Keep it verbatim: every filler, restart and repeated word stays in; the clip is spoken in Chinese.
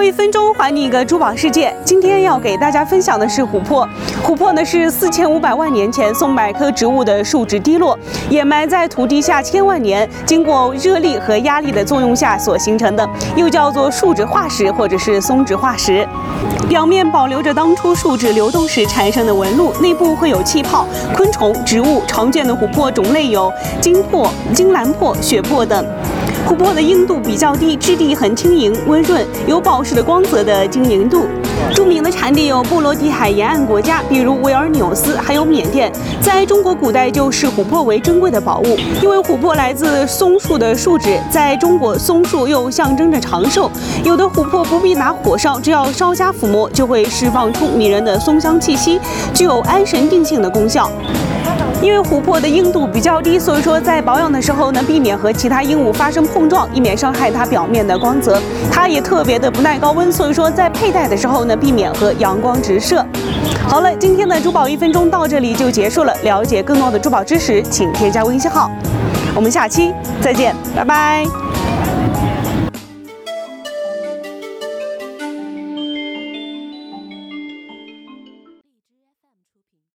宝一分钟还你一个珠宝世界。今天要给大家分享的是琥珀。琥珀呢是四千五百万年前松柏科植物的树脂滴落，掩埋在土地下千万年，经过热力和压力的作用下所形成的，又叫做树脂化石或者是松脂化石。表面保留着当初树脂流动时产生的纹路，内部会有气泡。昆虫、植物常见的琥珀种类有金珀、金兰珀、血珀等。琥珀的硬度比较低，质地很轻盈温润，有宝石的光泽的晶莹度。著名的产地有波罗的海沿岸国家，比如维尔纽斯，还有缅甸。在中国古代就视琥珀为珍贵的宝物，因为琥珀来自松树的树脂，在中国松树又象征着长寿。有的琥珀不必拿火烧，只要稍加抚摸，就会释放出迷人的松香气息，具有安神定性的功效。因为琥珀的硬度比较低，所以说在保养的时候呢，避免和其他硬物发生碰撞，以免伤害它表面的光泽。它也特别的不耐高温，所以说在佩戴的时候呢，避免和阳光直射。好了，今天的珠宝一分钟到这里就结束了。了解更多的珠宝知识，请添加微信号。我们下期再见，拜拜。